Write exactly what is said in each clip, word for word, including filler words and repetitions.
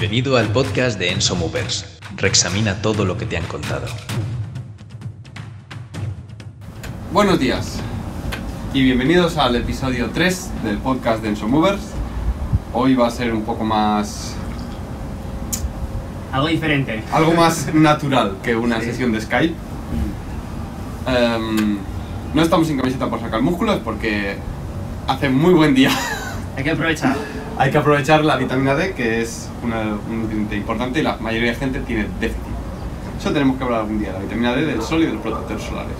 Bienvenido al podcast de Enso Movers. Reexamina todo lo que te han contado. Buenos días y bienvenidos al episodio tres del podcast de Enso Movers. Hoy va a ser un poco más... Algo diferente. Algo más natural que una sí. sesión de Skype. Mm. Um, no estamos sin camiseta por sacar músculos porque hace muy buen día. Hay que aprovechar. Hay que aprovechar la vitamina D, que es una, un nutriente importante y la mayoría de gente tiene déficit. Eso tenemos que hablar algún día, la vitamina D, del sol y de los protectores solares.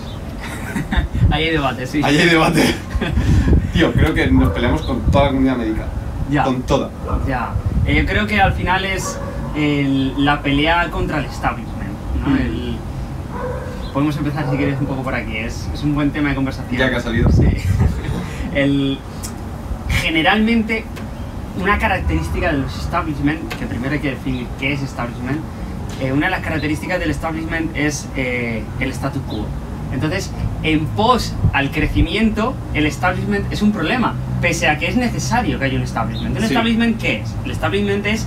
Ahí hay debate, sí. Ahí hay debate. Tío, creo que nos peleamos con toda la comunidad médica. Ya. Con toda. Ya. Eh, yo creo que al final es el, la pelea contra el establishment, ¿no? Mm. El, podemos empezar, si quieres, un poco por aquí. Es, es un buen tema de conversación. Ya que ha salido. Sí. el, generalmente, una característica de los establishment, que primero hay que definir qué es establishment, eh, una de las características del establishment es eh, el status quo. Entonces, en pos al crecimiento, el establishment es un problema, pese a que es necesario que haya un establishment. ¿Un sí. establishment qué es? El establishment es,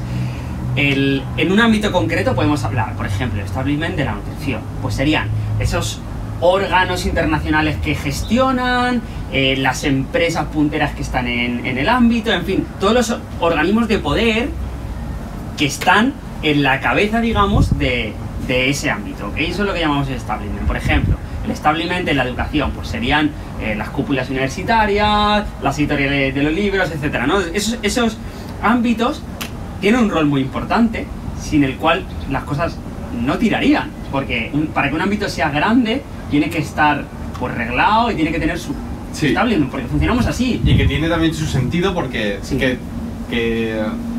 el, en un ámbito concreto podemos hablar, por ejemplo, el establishment de la nutrición. Pues serían esos órganos internacionales que gestionan, eh, las empresas punteras que están en, en el ámbito, en fin, todos los organismos de poder que están en la cabeza, digamos, de, de ese ámbito, ¿okay? Eso es lo que llamamos el establishment. Por ejemplo, el establishment de la educación, pues serían eh, las cúpulas universitarias, las editoriales de los libros, etcétera, ¿no? Esos, esos ámbitos tienen un rol muy importante, sin el cual las cosas no tirarían, porque un, para que un ámbito sea grande, tiene que estar pues reglado y tiene que tener su sí. establishment, porque funcionamos así. Y que tiene también su sentido porque sí. que, que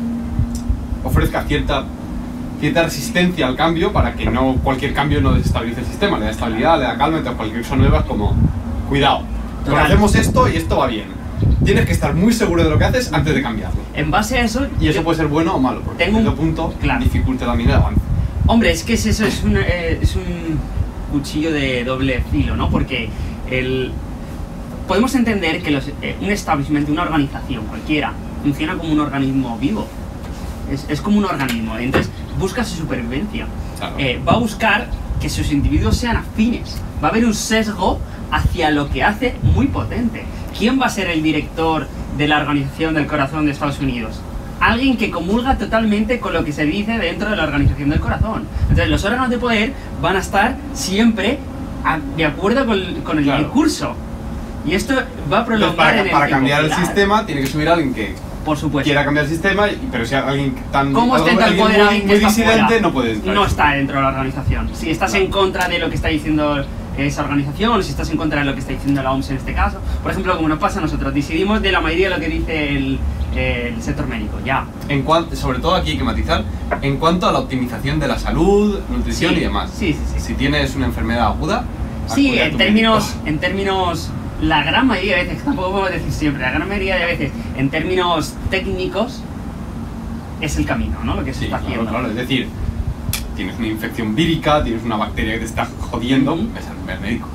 ofrezca cierta, cierta resistencia al cambio para que no cualquier cambio no desestabilice el sistema, le da estabilidad, le da calma, entonces cualquier cosa nueva es como, cuidado, hacemos esto y esto va bien. Tienes que estar muy seguro de lo que haces antes de cambiarlo. En base a eso... Y eso puede ser bueno o malo, porque tengo en un punto claro. dificulta también el avance. Hombre, es que es eso, es un, eh, es un cuchillo de doble filo, ¿no? Porque el, podemos entender que los, eh, un establishment, una organización cualquiera, funciona como un organismo vivo. Es, es como un organismo, entonces busca su supervivencia. Claro. Eh, va a buscar que sus individuos sean afines. Va a haber un sesgo hacia lo que hace muy potente. ¿Quién va a ser el director de la Organización del Corazón de Estados Unidos? Alguien que comulga totalmente con lo que se dice dentro de la Organización del Corazón. Entonces los órganos de poder van a estar siempre a, de acuerdo con, con el claro. discurso. Y esto va a prolongar para, en el para tiempo, cambiar el claro. sistema tiene que subir alguien que por supuesto quiera cambiar el sistema, pero si alguien tan ¿Cómo ostenta el poder muy, alguien que muy está disidente fuera? no puede entrar. No está dentro de la organización. Si estás claro. en contra de lo que está diciendo esa organización, si estás en contra de lo que está diciendo la O M S en este caso, por ejemplo, como nos pasa a nosotros, decidimos de la mayoría de lo que dice el, el sector médico, ya. En cuanto, sobre todo aquí hay que matizar, en cuanto a la optimización de la salud, nutrición sí, y demás. Sí, sí, sí. Si tienes una enfermedad aguda, sí, en términos, médico. en términos, la gran mayoría de veces, tampoco podemos decir siempre, la gran mayoría de veces, en términos técnicos, es el camino, ¿no? Lo que se sí, está claro, haciendo. Claro, es decir, tienes una infección vírica, tienes una bacteria que te está jodiendo, Uh-huh. ves al médico.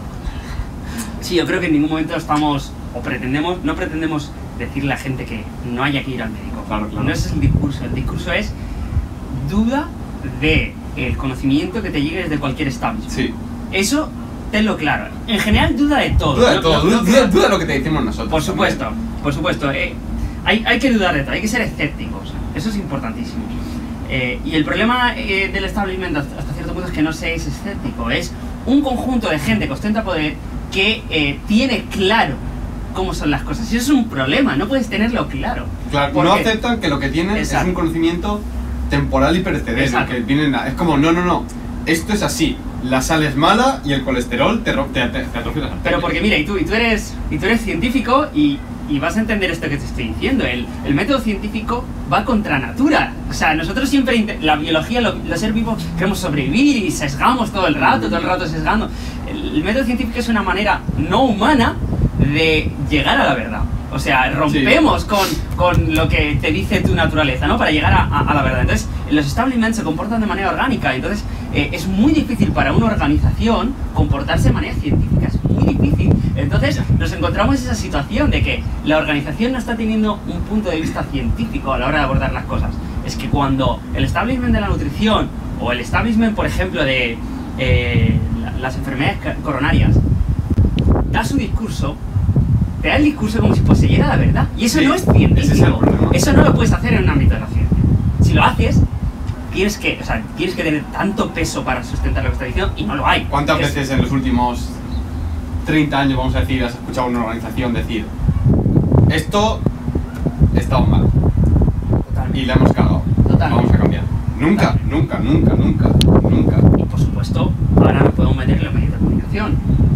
Sí, yo creo que en ningún momento estamos, o pretendemos, no pretendemos decirle a la gente que no haya que ir al médico. Claro, claro. No ese es el discurso, el discurso es duda de el conocimiento que te llegue desde cualquier establishment. Sí. Eso, tenlo claro. En general, duda de todo. Duda de No- todo, no- duda, no- duda, duda de lo que te decimos nosotros. Por supuesto, también. por supuesto. Eh, hay, hay que dudar de todo, hay que ser escépticos. Eso es importantísimo. Eh, y el problema eh, del establishment hasta, hasta cierto punto es que no se es escéptico. Es un conjunto de gente que ostenta poder que eh, tiene claro cómo son las cosas. Y eso es un problema, no puedes tenerlo claro. Claro, Porque- no aceptan que lo que tienen Exacto. es un conocimiento temporal y perecedero. Exacto. Que vienen a, es como, no, no, no, esto es así. La sal es mala y el colesterol te, ro- te, te, te atrofia las arterias. Pero porque mira, y tú, y tú, eres, y tú eres científico y, y vas a entender esto que te estoy diciendo. El, el método científico va contra natura. O sea, nosotros siempre, inte- la biología, lo- los seres vivos, queremos sobrevivir y sesgamos todo el rato, todo el rato sesgando. El, el método científico es una manera no humana de llegar a la verdad. O sea, rompemos sí. con, con lo que te dice tu naturaleza, ¿no? Para llegar a, a, a la verdad. Entonces, los establishments se comportan de manera orgánica. Entonces, eh, es muy difícil para una organización comportarse de manera científica. Es muy difícil. Entonces, nos encontramos en esa situación de que la organización no está teniendo un punto de vista científico a la hora de abordar las cosas. es que cuando el establishment de la nutrición o el establishment, por ejemplo, de eh, las enfermedades coronarias da su discurso, te da el discurso como si poseyera la verdad. Y eso sí, no es científico. ese es el problema. Eso no lo puedes hacer en un ámbito de la ciencia. Si lo haces, tienes que, o sea, tienes que tener tanto peso para sustentar lo que está diciendo y no lo hay. ¿Cuántas Es- veces en los últimos treinta años, vamos a decir, has escuchado a una organización decir esto estaba mal Totalmente. y la hemos cagado? Totalmente. Vamos a cambiar. Nunca, nunca, nunca, nunca, nunca. Y por supuesto, ahora nos podemos meter en los medios de comunicación.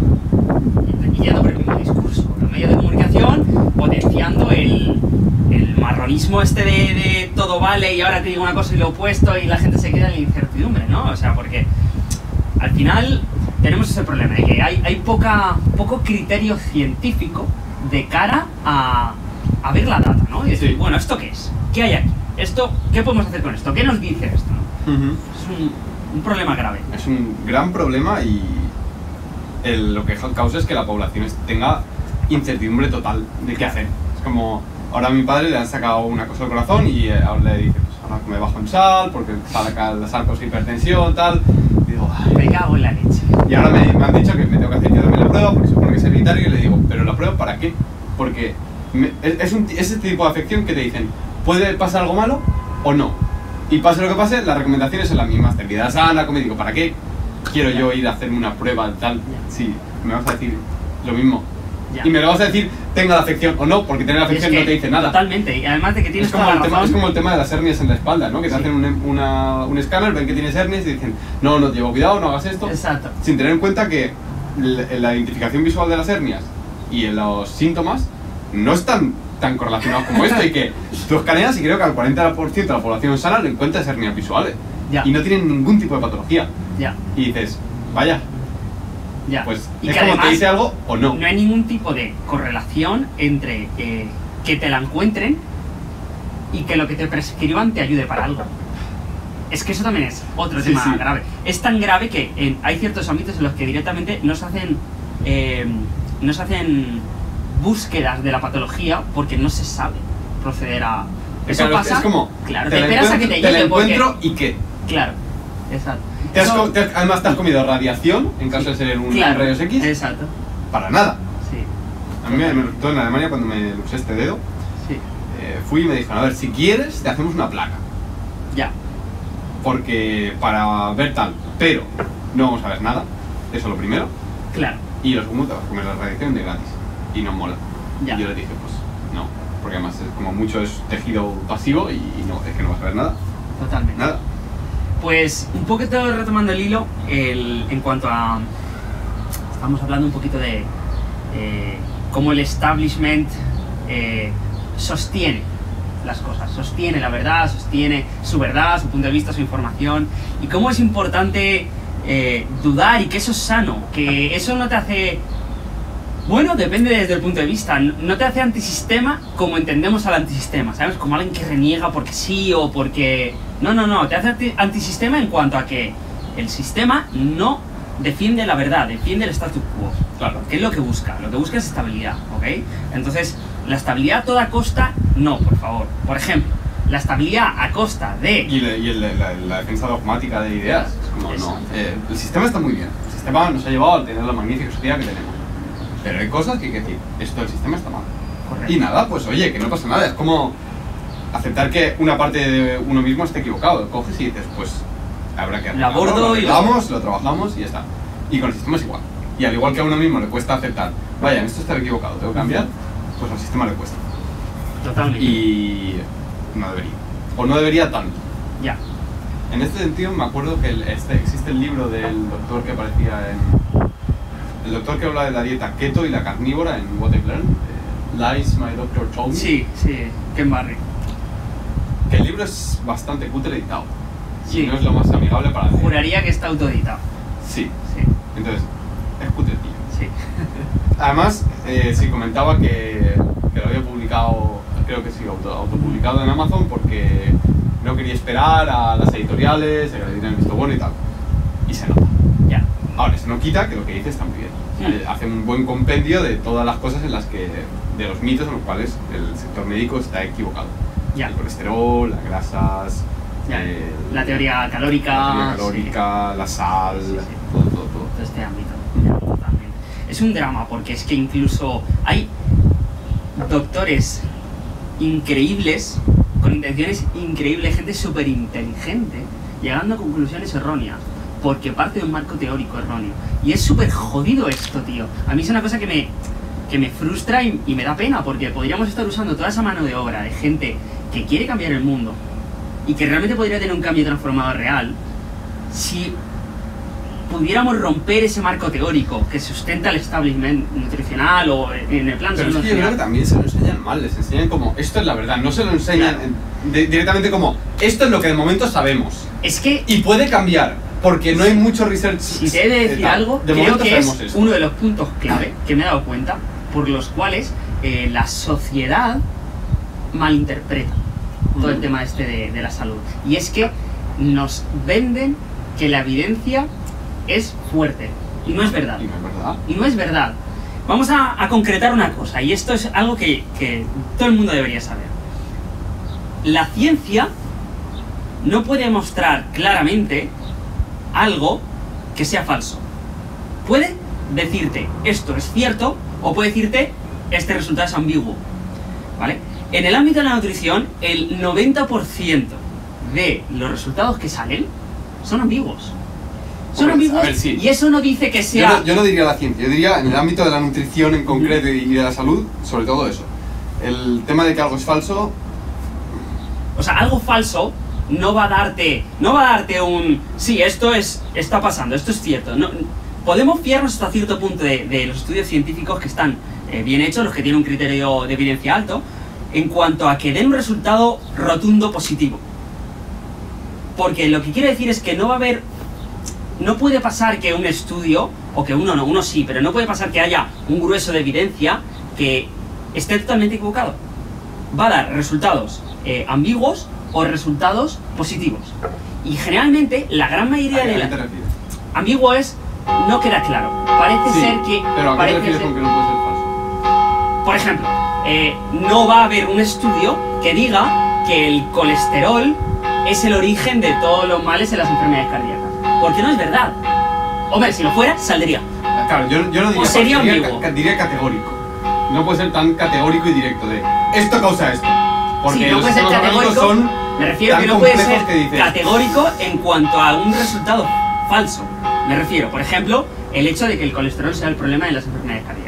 Y yendo por el mismo discurso. Los medios de comunicación potenciando el, el marronismo este de, de todo vale y ahora te digo una cosa y lo opuesto y la gente se queda en la incertidumbre, ¿no? O sea, porque al final tenemos ese problema de que hay, hay poca, poco criterio científico de cara a, a ver la data, ¿no? Y decir, Sí. bueno, ¿esto qué es? ¿Qué hay aquí? ¿Esto, ¿Qué podemos hacer con esto? ¿Qué nos dice esto? ¿no? Ujú. Es un, un problema grave. Es un gran problema y el- lo que causa es que la población es- tenga incertidumbre total de qué hacer. Es como, ahora a mi padre le han sacado una cosa al corazón y eh, ahora le dice, pues ahora me bajo en sal, porque saca la sal con hipertensión, tal. Y digo, "Ay". Me cago en la leche. Y ahora me, me han dicho que me tengo que hacer yo también la prueba porque supone que es hereditario y le digo, ¿pero la prueba para qué? Porque me- es, es, un, es este tipo de afección que te dicen, ¿puede pasar algo malo o no? Y pase lo que pase, las recomendaciones son las mismas, actividad sana, como digo, ¿para qué quiero yo ir a hacerme una prueba tal? Si me vas a decir lo mismo. Ya. Y me lo vas a decir, tenga la afección o no, porque tener la Y es afección que no te dice nada. Totalmente, y además de que tienes Es como, toda el la tema, razón. es como el tema de las hernias en la espalda, ¿no? Que te Sí. hacen un, una- un escáner, ven que tienes hernias y dicen, no, no, llevo cuidado, no hagas esto. Exacto. Sin tener en cuenta que la, la identificación visual de las hernias y en los síntomas no están tan correlacionados como esto y que tú escaneas y creo que al cuarenta por ciento de la población sana le encuentras hernias visuales Ya. y no tienen ningún tipo de patología. Ya, Y dices, vaya, ya. pues y es que como además te dice algo o no. no hay ningún tipo de correlación entre eh, que te la encuentren y que lo que te prescriban te ayude para algo. Es que eso también es otro Sí, tema sí. grave. Es tan grave que en- hay ciertos ámbitos en los que directamente no se hacen eh, no se hacen búsquedas de la patología porque no se sabe proceder a eso Claro, pasa. es como, claro, te te la esperas a que encuentro, te te la llegue porque encuentro y qué. claro, exacto. Te has Eso- co- te has- además te has comido radiación en caso de ser un claro, rayos X. Exacto. Para nada. Sí, A mí me, me resultó en Alemania cuando me usé este dedo. sí. eh, fui y me dijeron, a ver, si quieres te hacemos una placa. Ya. Porque para ver tal, pero no vamos a ver nada. Eso lo primero. Claro. Y lo segundo, te vas a comer la radiación de gratis. Y no mola. Ya. Y yo le dije, pues no. Porque además es como mucho es tejido pasivo y, y no, es que no vas a ver nada. Totalmente. Nada. Pues un poquito retomando el hilo, el- en cuanto a... Estamos hablando un poquito de eh, cómo el establishment eh, sostiene las cosas, sostiene la verdad, sostiene su verdad, su punto de vista, su información, y cómo es importante eh, dudar y que eso es sano, que eso no te hace... Bueno, depende desde el punto de vista. No te hace antisistema como entendemos al antisistema, ¿sabes? Como alguien que reniega porque sí o porque... No, no, no. Te hace anti- antisistema en cuanto a que el sistema no defiende la verdad, defiende el status quo. Claro. ¿Qué es lo que busca? Lo que busca es estabilidad, ¿ok? Entonces, la estabilidad a toda costa, no, por favor. Por ejemplo, la estabilidad a costa de... Y, le- y el- la, la defensa dogmática de ideas. Es como, no. Exacto. eh, el sistema está muy bien. El sistema nos ha llevado a tener la magnífica sociedad que tenemos. Pero hay cosas que hay que decir, esto del sistema está mal. Correcto. Y nada, pues oye, que no pasa nada. Es como aceptar que una parte de uno mismo esté equivocado. Coges y dices, pues habrá que Lo abordo lo y lo- arreglamos, lo trabajamos y ya está. Y con el sistema es igual. Y al igual que a uno mismo le cuesta aceptar, vaya, en esto está equivocado, tengo que cambiar, pues al sistema le cuesta. Totalmente. Y no debería. O no debería tanto. Ya. En este sentido me acuerdo que el- este, existe el libro del doctor que aparecía en... El doctor que habla de la dieta keto y la carnívora en What I've Learned, eh, Lies My Doctor Told Me. Sí, sí. Ken Barry. Que el libro es bastante cutre editado. Sí. Y no es lo más amigable para leer. Juraría que está autoeditado. Sí. Sí, Entonces, es cutrecillo. sí. Además, eh, sí comentaba que, que lo había publicado, creo que sí, auto, autopublicado en Amazon porque no quería esperar a las editoriales, a que le dieran el visto bueno y tal. Y se nota. Ya. Ahora, eso no quita que lo que dice está muy bien. Sí. Eh, hace un buen compendio de todas las cosas en las que, de los mitos en los cuales el sector médico está equivocado. Ya. El colesterol, las grasas, Ya. eh, La teoría calórica. la teoría calórica, sí. la sal, Sí, sí. todo, todo, todo. Todo este ámbito. Ya, totalmente. Es un drama porque es que incluso hay doctores increíbles, con intenciones increíbles, gente súper inteligente, llegando a conclusiones erróneas, porque parte de un marco teórico erróneo. Y es súper jodido esto, tío. A mí es una cosa que me, que me frustra y, y me da pena, porque podríamos estar usando toda esa mano de obra de gente que quiere cambiar el mundo y que realmente podría tener un cambio transformador real si pudiéramos romper ese marco teórico que sustenta el establishment nutricional o en el plan Pero es que yo creo que también se lo enseñan mal, les enseñan como esto es la verdad, no se lo enseñan Claro. en- de- directamente como esto es lo que de momento sabemos Es que, y puede cambiar porque no hay mucho research. si te he de decir eh, tal. algo, de creo momento que sabemos es esto. uno de los puntos clave que me he dado cuenta por los cuales eh, la sociedad malinterpreta todo el Mm. tema este de, de la salud. Y es que nos venden que la evidencia es fuerte. Y no es verdad. Y no es verdad. Y no es verdad. Vamos a, a concretar una cosa, y esto es algo que, que todo el mundo debería saber. La ciencia no puede mostrar claramente algo que sea falso. Puede decirte esto es cierto, o puede decirte este resultado es ambiguo. ¿Vale? En el ámbito de la nutrición, el noventa por ciento de los resultados que salen son ambiguos. Son Hombre, ambiguos, a ver, sí. y eso no dice que Yo sea... no, yo no diría la ciencia, yo diría en el ámbito de la nutrición en concreto y de la salud, sobre todo eso. El tema de que algo es falso, O sea, algo falso no va a darte, no va a darte un, sí, esto es, está pasando, esto es cierto. No, podemos fiarnos hasta cierto punto de, de los estudios científicos que están eh, bien hechos, los que tienen un criterio de evidencia alto, en cuanto a que den un resultado rotundo positivo. Porque lo que quiero decir es que no va a haber, no puede pasar que un estudio, o que uno no, uno sí, pero no puede pasar que haya un grueso de evidencia que esté totalmente equivocado. Va a dar resultados eh, ambiguos o resultados positivos. Y generalmente, la gran ¿a mayoría qué de te la... refieres? Ambiguo es, no queda claro. Parece Sí, ser que... pero ¿a qué te parece refieres ser- con que no puede ser falso? Por ejemplo, eh, no va a haber un estudio que diga que el colesterol es el origen de todos los males en las enfermedades cardíacas. Porque no es verdad. Hombre, si lo fuera, saldría. Claro, yo, yo no diría O sería falso, diría, ambiguo. ca- diría categórico. No puede ser tan categórico y directo de esto causa esto. Porque Sí, no los puede ser sistemas orgánicos categórico. son Me refiero tan que no puede complejos ser que dices, categórico en cuanto a un resultado falso. Me refiero, por ejemplo, el hecho de que el colesterol sea el problema en las enfermedades cardíacas.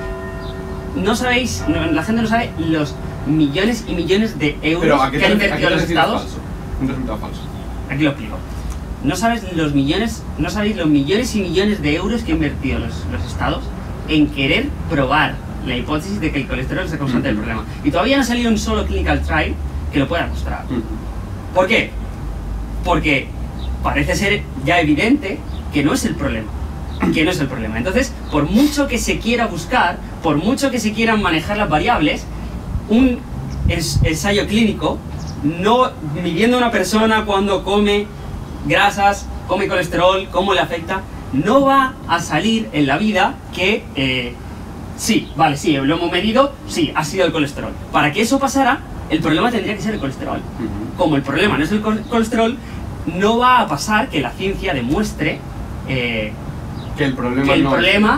No sabéis, no- la gente no sabe los millones y millones de euros Pero ¿a qué que te, han ref- a qué invertido te los refieres estados. falso? Un resultado falso. Aquí lo explico. No sabes los millones, no sabéis los millones y millones de euros que han invertido los, los estados en querer probar la hipótesis de que el colesterol es el causante del Ujú. problema. Y todavía no ha salido un solo clinical trial que lo pueda demostrar. Mm. ¿Por qué? Porque parece ser ya evidente que no es el problema. Que no es el problema. Entonces, por mucho que se quiera buscar, por mucho que se quieran manejar las variables, un ens- ensayo clínico, no midiendo a una persona cuando come grasas, come colesterol, cómo le afecta, no va a salir en la vida que eh, sí, vale, sí, lo hemos medido, sí, ha sido el colesterol. Para que eso pasara, el problema tendría que ser el colesterol. Ujú. Como el problema no es el col- colesterol, no va a pasar que la ciencia demuestre eh, Que el problema que el no problema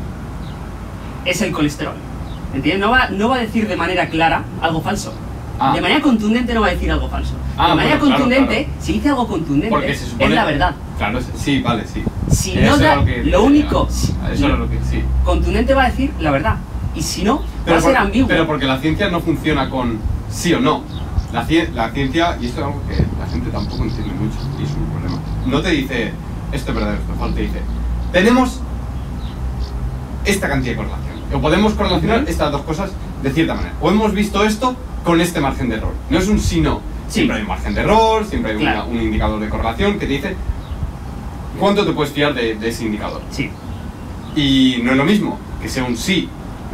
es el colesterol. ¿Entiendes? No va, no va a decir de manera clara algo falso. Ah. De manera contundente no va a decir algo falso. Ah, de manera bueno, claro, contundente, claro. si dice algo contundente, Porque se supone, es la verdad. Claro, sí, vale, sí. Si Eso no era da lo, que, lo único, Eso era lo que sí. contundente va a decir la verdad. Y si no, va Pero, a ser por- ambiguo. pero porque la ciencia no funciona con sí o no. La, cie- la ciencia, y esto es algo que la gente tampoco entiende mucho, y es un problema, no te dice esto es verdadero, esto es falso, te dice tenemos esta cantidad de correlación. O podemos correlacionar Ujú. estas dos cosas de cierta manera. O hemos visto esto con este margen de error. No es un sí no. Sí. Siempre hay un margen de error, siempre hay una- Claro. un indicador de correlación que te dice cuánto te puedes fiar de, de ese indicador. Sí, Y no es lo mismo que sea un sí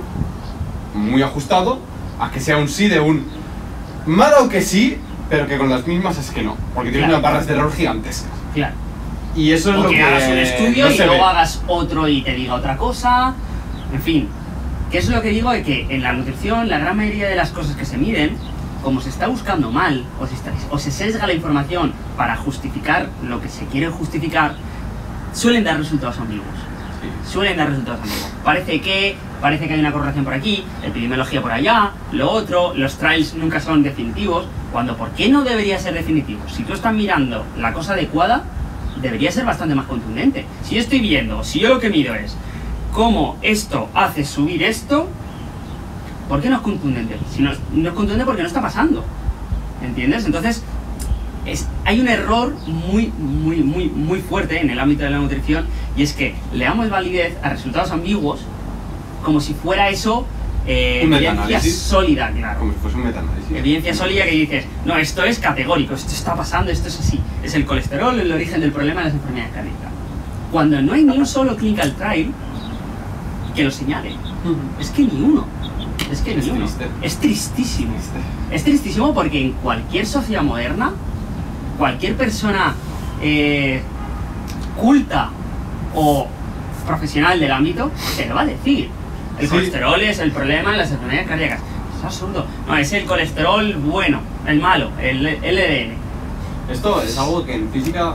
muy ajustado a que sea un sí de un me ha dado que sí, pero que con las mismas es que no. Porque tiene Claro. unas barras de error gigantescas. claro. Y eso es O lo que, que hagas un estudio no y se luego ve. hagas otro y te diga otra cosa. En fin, que eso es lo que digo de que en la nutrición la gran mayoría de las cosas que se miden como se está buscando mal, o se, está, o se sesga la información para justificar lo que se quiere justificar, suelen dar resultados ambiguos. Sí. Suelen dar resultados ambiguos. Parece que, parece que hay una correlación por aquí, epidemiología por allá, lo otro, los trials nunca son definitivos, cuando ¿por qué no debería ser definitivo? Si tú estás mirando la cosa adecuada, debería ser bastante más contundente. Si yo estoy viendo, si yo lo que mido es cómo esto hace subir esto, ¿por qué no es contundente? Si no, no es contundente porque no está pasando, ¿entiendes? Entonces, es, hay un error muy, muy, muy, muy fuerte en el ámbito de la nutrición, y es que le damos validez a resultados ambiguos como si fuera eso eh, un evidencia sólida, claro. Como si fuese un metaanálisis. Evidencia sólida que dices, no, esto es categórico, esto está pasando, esto es así. Es el colesterol el origen del problema de las enfermedades cardíacas. Cuando no hay ni un solo clinical trial que lo señale. Uh-huh. Es que ni uno. Es que es ni uno. Triste. Es tristísimo. Triste. Es tristísimo porque en cualquier sociedad moderna, cualquier persona eh, culta o profesional del ámbito se lo va a decir. El sí. colesterol es el problema en las enfermedades cardíacas. Es absurdo. No, es el colesterol bueno, el malo, el L D L. Esto es algo que en física...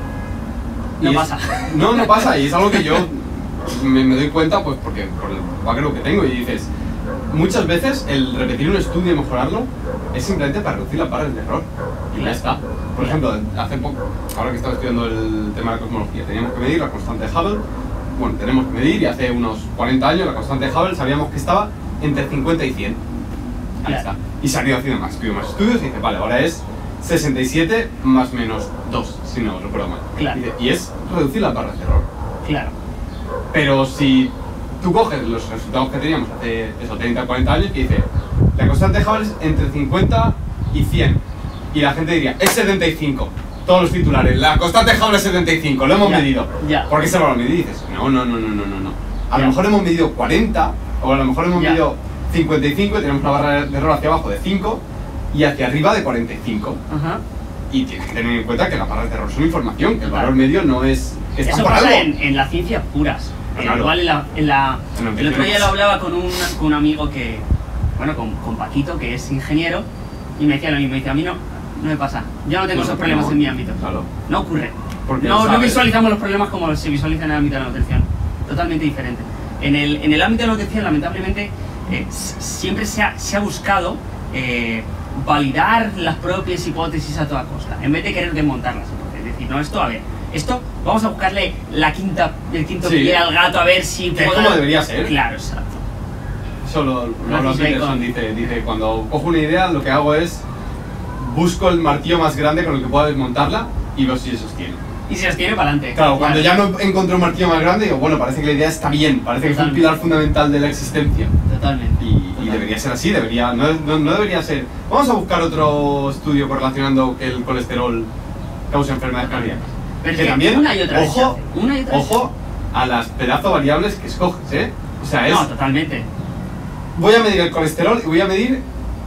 No es, pasa. No, no pasa, y es algo que yo me, me doy cuenta pues porque por el background que tengo, y dices, muchas veces el repetir un estudio y mejorarlo es simplemente para reducir las barras de error. Y ya está. Por ejemplo, hace poco, ahora que estaba estudiando el tema de la cosmología, teníamos que medir la constante de Hubble. Bueno, tenemos que medir, y hace unos cuarenta años la constante de Hubble sabíamos que estaba entre cincuenta y cien. Ahí claro. está. Y se han ido haciendo más estudios, más estudios, y dice, vale, ahora es sesenta y siete más menos dos, si no recuerdo mal. Claro. Y, dice, y es reducir las barras de error. Claro. Pero si tú coges los resultados que teníamos hace eso, treinta, cuarenta años, y dice, la constante de Hubble es entre cincuenta y cien. Y la gente diría, es setenta y cinco. Todos los titulares, la constante de Hubble es setenta y cinco, lo hemos ya, medido. Ya. ¿Por qué se lo hemos medido? Y dices, no, no, no, no, no, no. A ya. lo mejor hemos medido cuarenta, o a lo mejor hemos ya. medido cincuenta y cinco y tenemos una barra de error hacia abajo de cinco y hacia arriba de cuarenta y cinco. Ajá. Y tienes que tener en cuenta que las barras de error son información, que el Claro. valor medio no es... Eso pasa en, en las ciencias puras. Claro. Igual en la, en la, no, el otro día lo hablaba con un, con un amigo que, bueno, con, con Paquito, que es ingeniero, y me decía lo mismo, me dice, a mí no, no me pasa, yo no tengo no, esos problemas no, en mi ámbito. Claro. No ocurre. No, no visualizamos los problemas como se visualizan en el ámbito de la nutrición. Totalmente diferente. En el, en el ámbito de la nutrición, lamentablemente, eh, siempre se ha, se ha buscado eh, validar las propias hipótesis a toda costa, en vez de querer desmontar las hipótesis. Es decir, no, esto, a ver, esto, vamos a buscarle la quinta, el quinto sí. pie al gato a ver si... Que es como debería ser. Claro, exacto. Eso lo, lo habla Peterson, dice, dice, cuando cojo una idea, lo que hago es busco el martillo más grande con el que pueda desmontarla y veo si se sostiene. Y se sostiene para adelante. Claro, cuando claro. ya no encontré un martillo más grande, digo, bueno, parece que la idea está bien, parece Totalmente. que es un pilar fundamental de la existencia. Totalmente. Y, Totalmente. y debería ser así, debería, no, no, no debería ser... Vamos a buscar otro estudio correlacionando que el colesterol causa enfermedades cardíacas. Pero que también, una y otra ojo, vez una y otra ojo a las pedazos variables que escoges, ¿eh? O sea, es... No, totalmente. Voy a medir el colesterol y voy a medir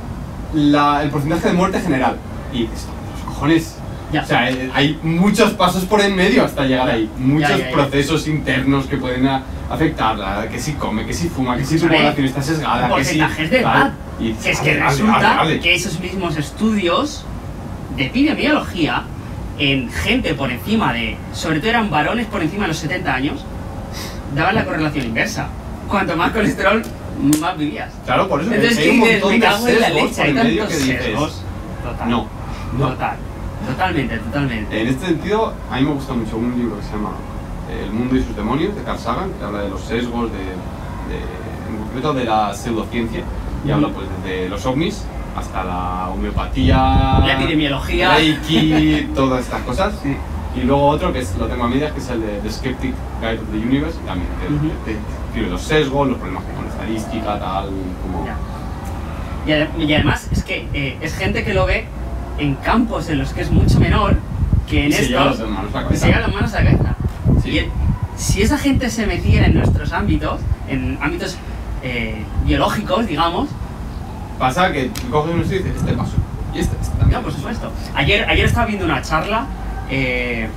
la, el porcentaje de muerte general. Y esto, los cojones... Ya. O sea, hay muchos pasos por en medio hasta llegar ahí. Muchos ya, ya, ya. procesos internos que pueden a, afectarla. Que si come, que si fuma, que si su población está sesgada, que si... Porcentajes de edad. Y, que es vale, que vale, resulta vale, vale. que esos mismos estudios de epidemiología en gente por encima de... Sobre todo eran varones por encima de los setenta años, daban la correlación inversa. Cuanto más colesterol, más vivías. Claro, por eso Entonces, hay un dices, montón me de cago en la sesgos leche, por hay en medio tantos que dices... sesgos. Total. No, no. Total. Totalmente, totalmente. En este sentido, a mí me gusta mucho un libro que se llama El mundo y sus demonios, de Carl Sagan, que habla de los sesgos, de, de, en concreto de la pseudociencia, y habla pues desde los ovnis hasta la homeopatía, la epidemiología, Reiki, todas estas cosas. Sí. Y luego otro que es, lo tengo a medias, que es el de The Skeptic Guide of the Universe, y también que Uh-huh. te escribe los sesgos, los problemas con la estadística, tal, como... Ya. Y, ade- y además es que eh, es gente que lo ve en campos en los que es mucho menor que en Y se lleva estos las manos a la que se lleva las manos a la cabeza. Sí. Y el- si esa gente se metiera en nuestros ámbitos, en ámbitos eh, biológicos, digamos, Pasa que coges un estudio y dices, este paso, y este, este también. no, por supuesto. Ayer, ayer estaba viendo una charla eh,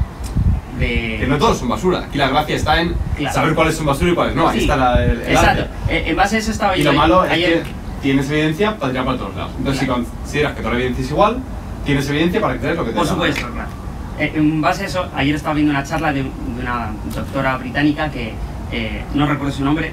de... Que no todos son basura. Aquí la gracia está en Claro. saber cuáles son basura y cuáles no. Ahí Sí. está la, el, el Exacto. arte. Eh, en base a eso estaba Y yo lo malo es ayer... que tienes evidencia para tirar para todos lados. Entonces, Claro. si consideras que toda la evidencia es igual, tienes evidencia para creer lo que te Por da la gana. supuesto, claro. Eh, en base a eso, ayer estaba viendo una charla de, de una doctora británica que eh, no recuerdo su nombre.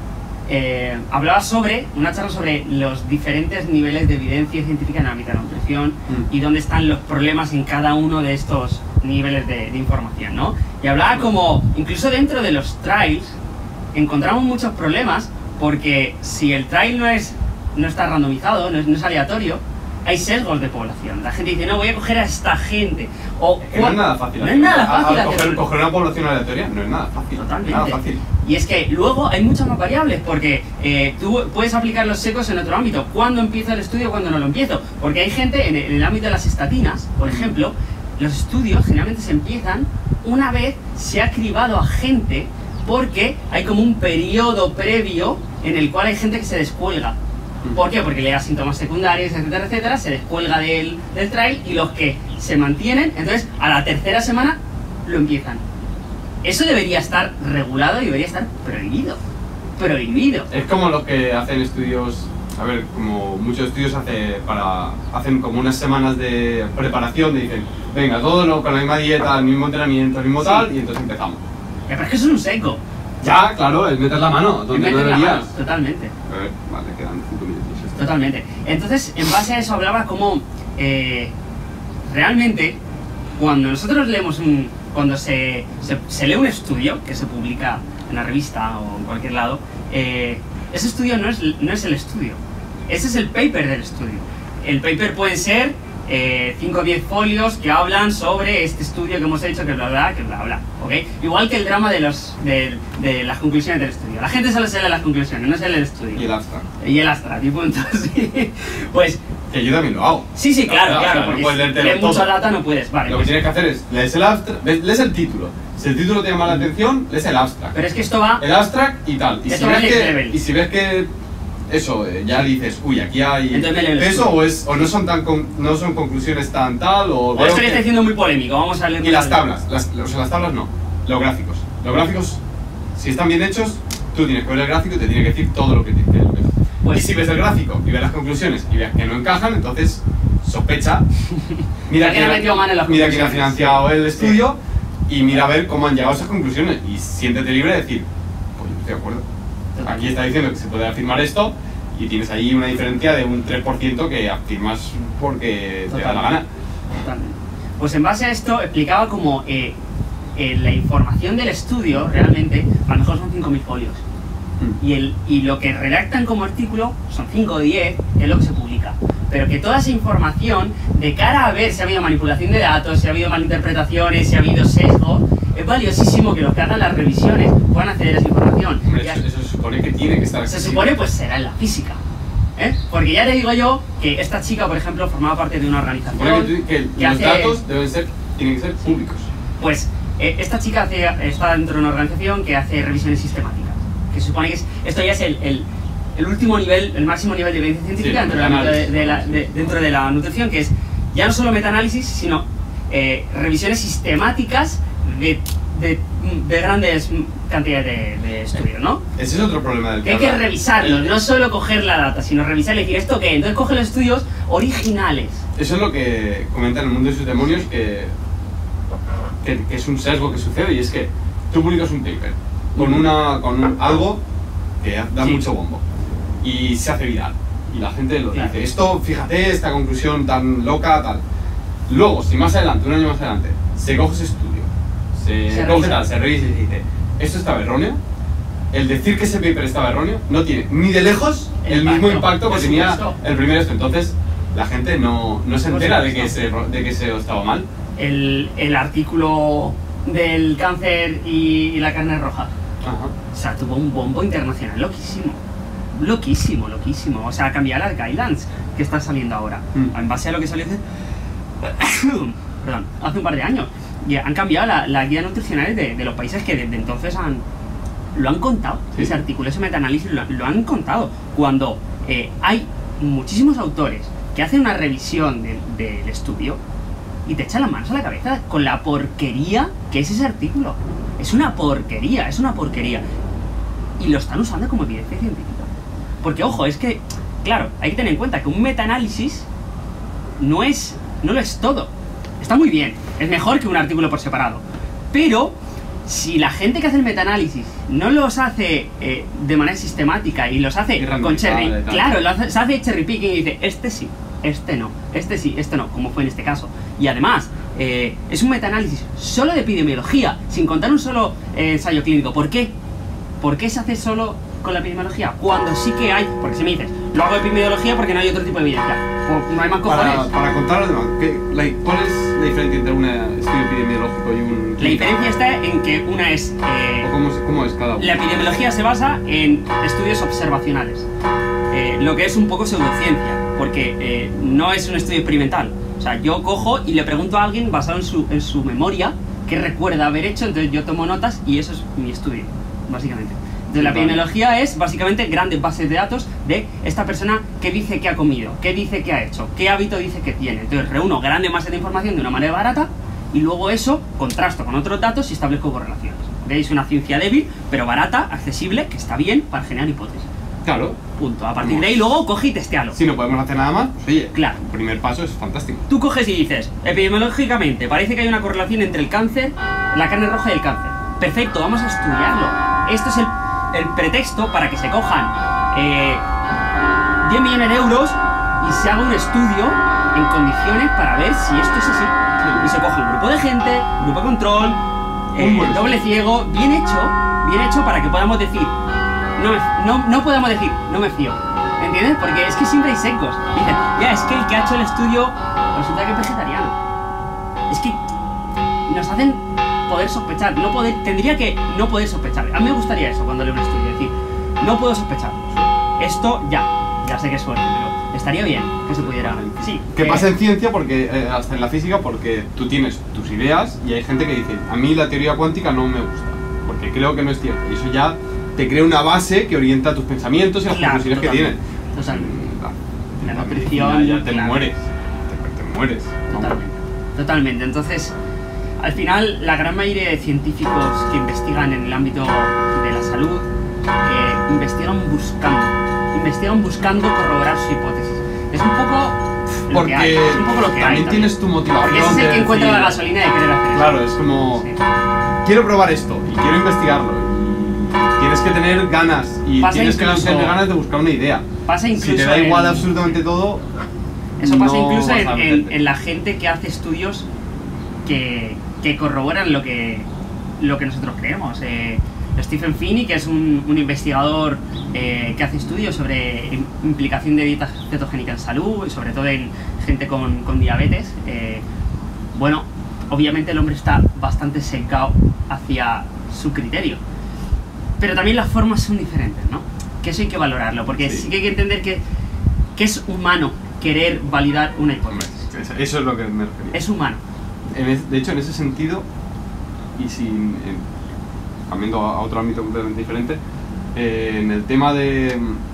Eh, hablaba sobre una charla sobre los diferentes niveles de evidencia científica en el ámbito de la nutrición Mm. y dónde están los problemas en cada uno de estos niveles de, de información, ¿no? Y hablaba como, incluso dentro de los trials, encontramos muchos problemas porque si el trial no es no está randomizado, no es, no es aleatorio, hay sesgos de población. La gente dice, no, voy a coger a esta gente. O, Que no es nada fácil. No es nada A- a- fácil a hacer- coger, coger una población aleatoria no es nada fácil. Totalmente. Nada fácil. Y es que luego hay muchas más variables, porque eh, tú puedes aplicar los secos en otro ámbito. ¿Cuándo empiezo el estudio? ¿Cuándo no lo empiezo? Porque hay gente, en el, en el ámbito de las estatinas, por ejemplo, los estudios generalmente se empiezan una vez se ha cribado a gente, porque hay como un periodo previo en el cual hay gente que se descuelga. ¿Por qué? Porque le da síntomas secundarios, etcétera, etcétera, se descuelga del, del trial, y los que se mantienen, entonces a la tercera semana lo empiezan. Eso debería estar regulado y debería estar prohibido. Prohibido. Es como los que hacen estudios, a ver, como muchos estudios hace para, hacen como unas semanas de preparación, de dicen, venga, todo lo, con la misma dieta, el mismo entrenamiento, el mismo Sí. tal, y entonces empezamos. Eh, Pero es que eso es un seco. Ya, claro, es meter la mano Es donde no meter la deberías. mano, totalmente. A ver, vale, quedan cinco minutos. Totalmente. Entonces, en base a eso hablaba como eh, realmente cuando nosotros leemos un, cuando se, se, se lee un estudio que se publica en la revista o en cualquier lado, eh, ese estudio no es, no es el estudio, ese es el paper del estudio. El paper pueden ser cinco o diez folios que hablan sobre este estudio que hemos hecho, que bla bla, que bla bla, ¿ok? Igual que el drama de, los, de, de las conclusiones del estudio. La gente solo se lee las conclusiones, no se lee el estudio. Y el abstract. Y el Astra, y punto, sí. Pues, Que yo también lo hago. sí, sí, claro, O sea, claro, no porque puedes si leértelo lees mucha todo. data no puedes, vale. Lo que Pues, tienes que hacer es, lees el abstract, lees lees el título. Si el título te llama la atención, lees el abstract. pero es que esto va, El abstract y tal. Y Esto si, va ves next que, level. y si ves que eso, eh, ya dices, uy, aquí hay Entonces me leo el peso, estudio. o, es, o no, son tan con- no son conclusiones tan tal, o... o veo esto que- ya está diciendo muy polémico, vamos a leer. Y las tablas, las, o sea, las tablas no, los gráficos. Los gráficos, si están bien hechos, tú tienes que ver el gráfico y te tiene que decir todo lo que te dice. Pues- y si ves el gráfico y ves las conclusiones y ves que no encajan, entonces sospecha. Mira Alguien ha metido mano en las mira quién ha conclusiones. financiado el estudio y mira a ver cómo han llegado a esas conclusiones. Y siéntete libre de decir, pues yo estoy de acuerdo. Aquí está diciendo que se puede afirmar esto y tienes ahí una diferencia de un tres por ciento que afirmas porque te da la gana. Totalmente. Pues en base a esto explicaba como eh, eh, la información del estudio realmente, a lo mejor son cinco mil folios. Y, el, y lo que redactan como artículo son cinco o diez, que es lo que se publica. Pero que toda esa información, de cara a ver si ha habido manipulación de datos, si ha habido malinterpretaciones, si ha habido sesgo, es valiosísimo que los que hagan las revisiones puedan acceder a esa información. Hombre, Y eso, eso se supone que tiene que estar se accesible. supone pues será en la física. ¿eh? Porque ya te digo yo que esta chica, por ejemplo, formaba parte de una Se organización supone que, tú- que que los hace- datos deben ser, tienen que ser públicos. Pues eh, esta chica hace, está dentro de una organización que hace revisiones sistemáticas. Que se supone que es, esto ya es el, el, el último nivel, el máximo nivel de evidencia científica Sí, dentro, de la, de, metaanálisis. de la, de- dentro de la nutrición, que es ya no solo metaanálisis, sino eh, revisiones sistemáticas de, de, de grandes cantidades de, de estudios, ¿no? Ese es otro problema del Que hay que habla. revisarlos, El- no solo coger la data, sino revisar y decir, ¿esto qué? Entonces coge los estudios originales. Eso es lo que comenta en el mundo de sus demonios, que, que, que es un sesgo que sucede, y es que tú publicas un paper con, una, con un- algo que da Sí. mucho bombo y se hace viral. Y la gente lo Claro. dice, esto, fíjate, esta conclusión tan loca, tal. Luego, si más adelante, un año más adelante, se coge ese estudio, se, Se coge revisa. tal, se revisa y se dice, esto estaba erróneo, el decir que ese paper estaba erróneo no tiene ni de lejos el, El mismo impacto, impacto que por tenía supuesto. el primer esto. Entonces, la gente no, no se Por entera de que, supuesto. ese, de que ese estaba mal. El, el artículo del cáncer y, y la carne roja. Ajá. O sea, tuvo un bombo internacional loquísimo. Loquísimo, loquísimo. O sea, cambiar las guidelines que están saliendo ahora. Mm. En base a lo que salió hace... Perdón, hace un par de años. Y han cambiado la, la guía nutricional de, de los países que desde entonces han... Lo han contado. Sí. Ese artículo, ese metaanálisis lo, lo han contado. Cuando eh, hay muchísimos autores que hacen una revisión de- del estudio y te echan las manos a la cabeza con la porquería que es ese artículo. Es una porquería, es una porquería. Y lo están usando como evidencia científica. Porque, ojo, es que claro, hay que tener en cuenta que un metaanálisis no es, no lo es todo. Está muy bien, es mejor que un artículo por separado. Pero si la gente que hace el metaanálisis no los hace eh, de manera sistemática y los hace con cherry, claro, lo hace, se hace cherry picking y dice, este sí, este no, este sí, este no, como fue en este caso. Y además, eh, es un metaanálisis solo de epidemiología, sin contar un solo eh, ensayo clínico. ¿Por qué? ¿Por qué se hace solo con la epidemiología? Cuando sí que hay, porque si me dices, lo hago de epidemiología porque no hay otro tipo de evidencia, pues no hay más cojones. Para, para contar lo demás, ¿qué, la, ¿cuál es la diferencia entre un estudio epidemiológico y un...? La diferencia está en que una es... Eh, ¿O cómo, cómo es cada uno? La epidemiología se basa en estudios observacionales, eh, lo que es un poco pseudociencia, porque eh, no es un estudio experimental. O sea, yo cojo y le pregunto a alguien basado en su, en su memoria qué recuerda haber hecho, entonces yo tomo notas y eso es mi estudio, básicamente. Entonces la epidemiología es básicamente grandes bases de datos de esta persona que dice que ha comido, qué dice que ha hecho, qué hábito dice que tiene. Entonces reúno grandes bases de información de una manera barata y luego eso contrasto con otros datos y establezco correlaciones. Veis, una ciencia débil, pero barata, accesible, que está bien para generar hipótesis. Claro. Punto. A partir de ahí luego coge y testealo. Si no podemos hacer nada más, pues oye, claro. El primer paso es fantástico. Tú coges y dices, epidemiológicamente, parece que hay una correlación entre el cáncer, la carne roja y el cáncer. Perfecto, vamos a estudiarlo. Esto es el, el pretexto para que se cojan eh, diez millones de euros y se haga un estudio en condiciones para ver si esto es así. Y se coge un grupo de gente, grupo de control, eh, doble ciego, bien hecho, bien hecho para que podamos decir, no, me, no, no podamos decir, no me fío. ¿Entiendes? Porque es que siempre hay secos. Dicen, ya, es que el que ha hecho el estudio resulta que es vegetariano. Es que nos hacen poder sospechar, no poder, tendría que no poder sospechar. A mí me gustaría eso cuando leo un estudio, decir, no puedo sospechar. Esto ya, ya sé que es fuerte, pero estaría bien que se pudiera. Sí. Que eh, pasa en ciencia, porque eh, hasta en la física, porque tú tienes tus ideas y hay gente que dice, a mí la teoría cuántica no me gusta, porque creo que no es cierto. Y eso ya te crea una base que orienta tus pensamientos y las claro, conclusiones que tienes. Totalmente. La, La la nutrición, medicina ya te claro. mueres. Te, te mueres. Totalmente. Totalmente. Entonces, al final, la gran mayoría de científicos que investigan en el ámbito de la salud eh, investigan buscando, investigan buscando corroborar su hipótesis. Es un poco lo Porque que hay, es un poco lo que también hay, tienes tu motivación. Porque ese es el de que encuentra decir, la gasolina de querer hacer eso. Claro, es como, Sí. quiero probar esto y quiero investigarlo. Y tienes que tener ganas y Pasa tienes que incluso- tener ganas de buscar una idea. Pasa incluso Si te da igual en- absolutamente todo, Eso pasa no incluso vas en, a en- meterte. en la gente que hace estudios que, que corroboran lo que, lo que nosotros creemos. Eh, Stephen Finney, que es un, un investigador eh, que hace estudios sobre im- implicación de dieta cetogénica en salud, y sobre todo en gente con, con diabetes. Eh, bueno, obviamente el hombre está bastante secado hacia su criterio. Pero también las formas son diferentes, ¿no? Que eso hay que valorarlo, porque sí, Sí. que hay que entender que, que es humano querer validar una hombre, hipótesis. eso- eso es lo que me refería. Es humano. En es- de hecho, en ese sentido, y sin, en- cambiando a otro ámbito completamente diferente, eh, en el tema de...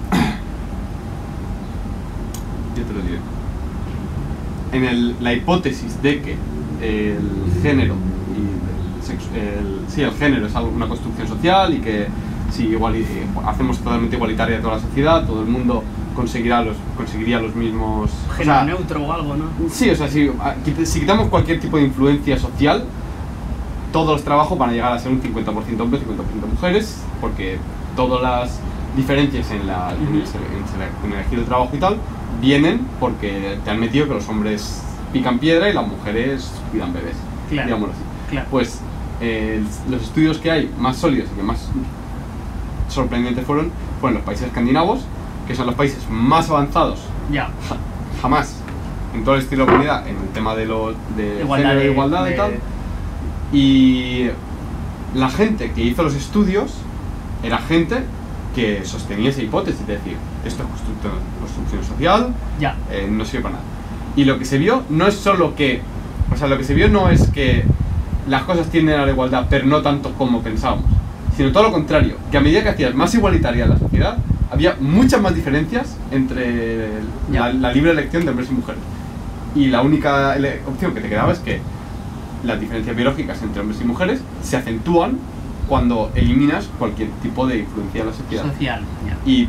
Yo te lo diré. En el, la hipótesis de que el género y el sexo, el, sí, el género es algo, una construcción social y que si igual, eh, hacemos totalmente igualitaria toda la sociedad, todo el mundo conseguirá los, conseguiría los mismos... o Género sea, neutro o algo, ¿no? sí, o sea, si, a- quit- si quitamos cualquier tipo de influencia social, todos los trabajos van a llegar a ser un cincuenta por ciento hombres, cincuenta por ciento mujeres, porque todas las diferencias en, la, en, el, se- en sele- en elegir el trabajo y tal vienen porque te han metido que los hombres pican piedra y las mujeres cuidan bebés, Claro. digámoslo así. Claro. Pues eh, los estudios que hay más sólidos y que más sorprendentes fueron, fueron los países escandinavos, que son los países más avanzados Ya. ja- jamás en todo el estilo de humanidad en el tema de, lo, de Igualdad género, de- igualdad de- y tal. Y la gente que hizo los estudios era gente que sostenía esa hipótesis, es decir, esto es construcción, construcción social, Ya. eh, no sirve para nada. Y lo que se vio no es solo que, o sea, lo que se vio no es que las cosas tienden a la igualdad, pero no tanto como pensábamos, sino todo lo contrario, que a medida que hacías más igualitaria la sociedad, había muchas más diferencias entre la, la libre elección de hombres y mujeres. Y la única ele- opción que te quedaba es que las diferencias biológicas entre hombres y mujeres se acentúan cuando eliminas cualquier tipo de influencia en la sociedad. Social. Ya. Y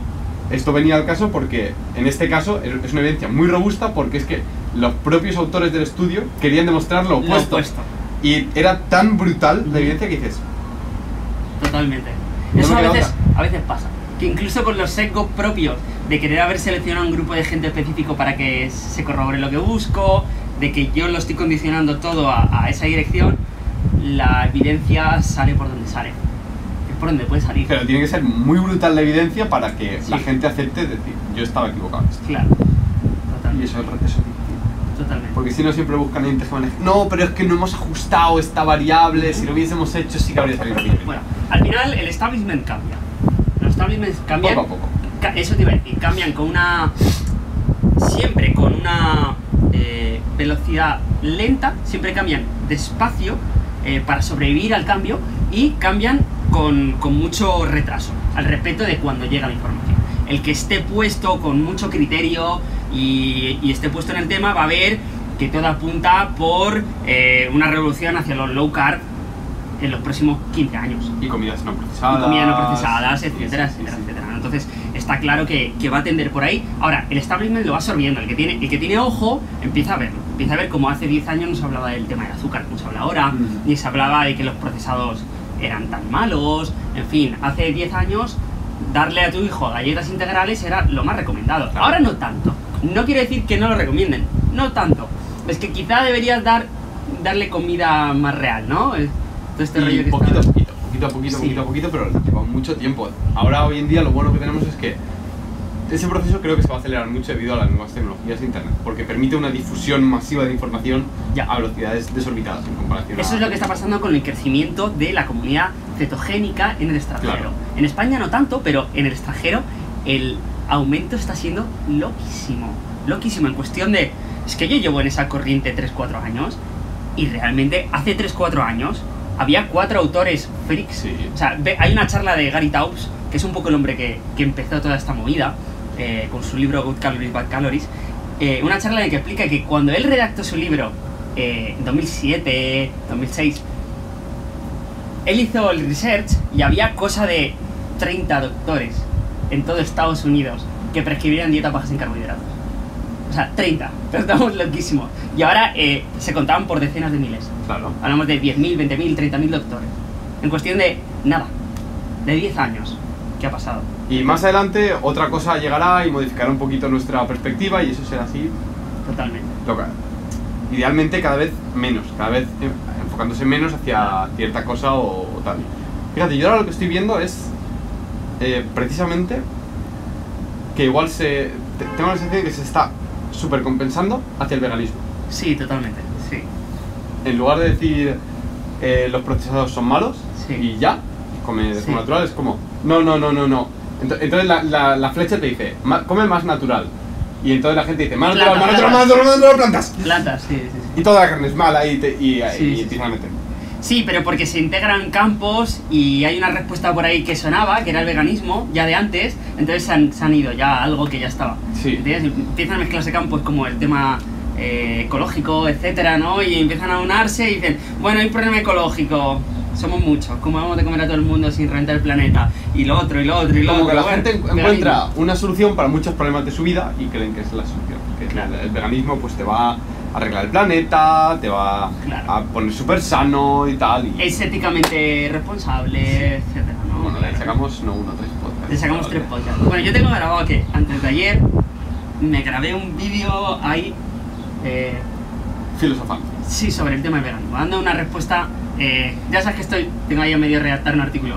esto venía al caso porque, en este caso, es una evidencia muy robusta porque es que los propios autores del estudio querían demostrar lo opuesto. Lo opuesto. Y era tan brutal la evidencia que dices... Totalmente. No Eso me a queda veces, otra. a veces pasa. Que incluso con los sesgos propios de querer haber seleccionado un grupo de gente específico para que se corrobore lo que busco, de que yo lo estoy condicionando todo a, a esa dirección, la evidencia sale por donde sale. Es por donde puede salir. Pero tiene que ser muy brutal la evidencia para que Sí. la gente acepte decir, yo estaba equivocado en esto. Claro. Y Totalmente. eso, eso es difícil. Totalmente. Porque si no siempre buscan gente que maneje. No, pero es que no hemos ajustado esta variable, si lo hubiésemos hecho sí que habría salido bien. Bueno, al final el establishment cambia. Los establishments cambian. Poco a poco. Ca- Eso te iba a decir, cambian con una. Siempre con una eh, velocidad lenta, siempre cambian despacio eh, para sobrevivir al cambio y cambian con, con mucho retraso al respecto de cuando llega la información. El que esté puesto con mucho criterio y, y esté puesto en el tema va a ver que todo apunta por eh, una revolución hacia los low carb en los próximos quince años. Y comidas no procesadas. Y comida no procesadas, Sí, etcétera, sí, sí, etcétera, sí. etcétera. ¿no? Entonces, está claro que, que va a tender por ahí. Ahora, el establishment lo va absorbiendo. El que tiene, el que tiene ojo empieza a verlo. Empieza a ver como hace diez años no se hablaba del tema del azúcar como se habla ahora, Mm. ni se hablaba de que los procesados eran tan malos. En fin, hace diez años darle a tu hijo galletas integrales era lo más recomendado. Claro. Ahora no tanto. No quiere decir que no lo recomienden. No tanto. Es que quizá deberías dar, darle comida más real, ¿no? Es- Todo este rollo Y que poquito a está... poquito, poquito a poquito, Sí. poquito a poquito, pero lleva mucho tiempo. Ahora, hoy en día, lo bueno que tenemos es que ese proceso creo que se va a acelerar mucho debido a las nuevas tecnologías de Internet, porque permite una difusión masiva de información Ya. a velocidades desorbitadas en comparación Eso a... es lo que está pasando con el crecimiento de la comunidad cetogénica en el extranjero. Claro. En España no tanto, pero en el extranjero el aumento está siendo loquísimo. Loquísimo en cuestión de... Es que yo llevo en esa corriente tres cuatro años y realmente hace tres cuatro años había cuatro autores freaks. Sí. O sea, ve- hay una charla de Gary Taubes, que es un poco el hombre que, que empezó toda esta movida, eh, con su libro Good Calories, Bad Calories. Eh, una charla en la que explica que cuando él redactó su libro eh, en dos mil siete, dos mil seis, él hizo el research y había cosa de treinta doctores en todo Estados Unidos que prescribían dietas bajas en carbohidratos. O sea, treinta, pero estamos loquísimos. Y ahora eh, se contaban por decenas de miles. Claro. Hablamos de diez mil, veinte mil, treinta mil doctores. En cuestión de nada, de diez años. ¿Qué ha pasado? Y más adelante otra cosa llegará y modificará un poquito nuestra perspectiva y eso será así. Totalmente. Lo que- idealmente cada vez menos, cada vez eh, enfocándose menos hacia cierta cosa o, o tal. Fíjate, yo ahora lo que estoy viendo es eh, precisamente que igual se... te- tengo la sensación de que se está súper compensando hacia el veganismo. Sí, totalmente. Sí. En lugar de decir eh, los procesados son malos Sí. y ya, come de Sí. forma natural, es como, no, no, no, no, no. Ento- Entonces la, la, la flecha te dice, "Ma- come más natural. Y entonces la gente dice, más natural, más Plantas, natural, más natural, más natural, plantas. Plantas, sí, sí, sí. Y toda la carne es mala y, te, y, Sí, y sí, empiezan a meter. Sí, pero porque se integran campos y hay una respuesta por ahí que sonaba, que era el veganismo, ya de antes, entonces se han, se han ido ya a algo que ya estaba. Sí. ¿Entiendes? Empiezan a mezclarse campos como el tema eh, ecológico, etcétera, ¿no? Y empiezan a unarse y dicen, bueno, hay un problema ecológico, somos muchos, ¿cómo vamos a comer a todo el mundo sin reventar el planeta? Y lo otro, y lo otro, y lo Como otro. que la bueno, gente en- veganismo. encuentra una solución para muchos problemas de su vida y creen que es la solución. Que Claro. el, el veganismo pues te va a arreglar el planeta, te va Claro. a poner súper sano y tal. Y, Es éticamente responsable, etcétera, ¿no? bueno, de ahí Claro. sacamos no uno, tres podcasts. Le sacamos tres podcasts. Bueno, yo tengo grabado que antes de ayer me grabé un vídeo ahí, eh, Filosofando. sí, sobre el tema del veganismo, dando una respuesta. Eh, ya sabes que estoy, tengo ahí a medio redactar un artículo.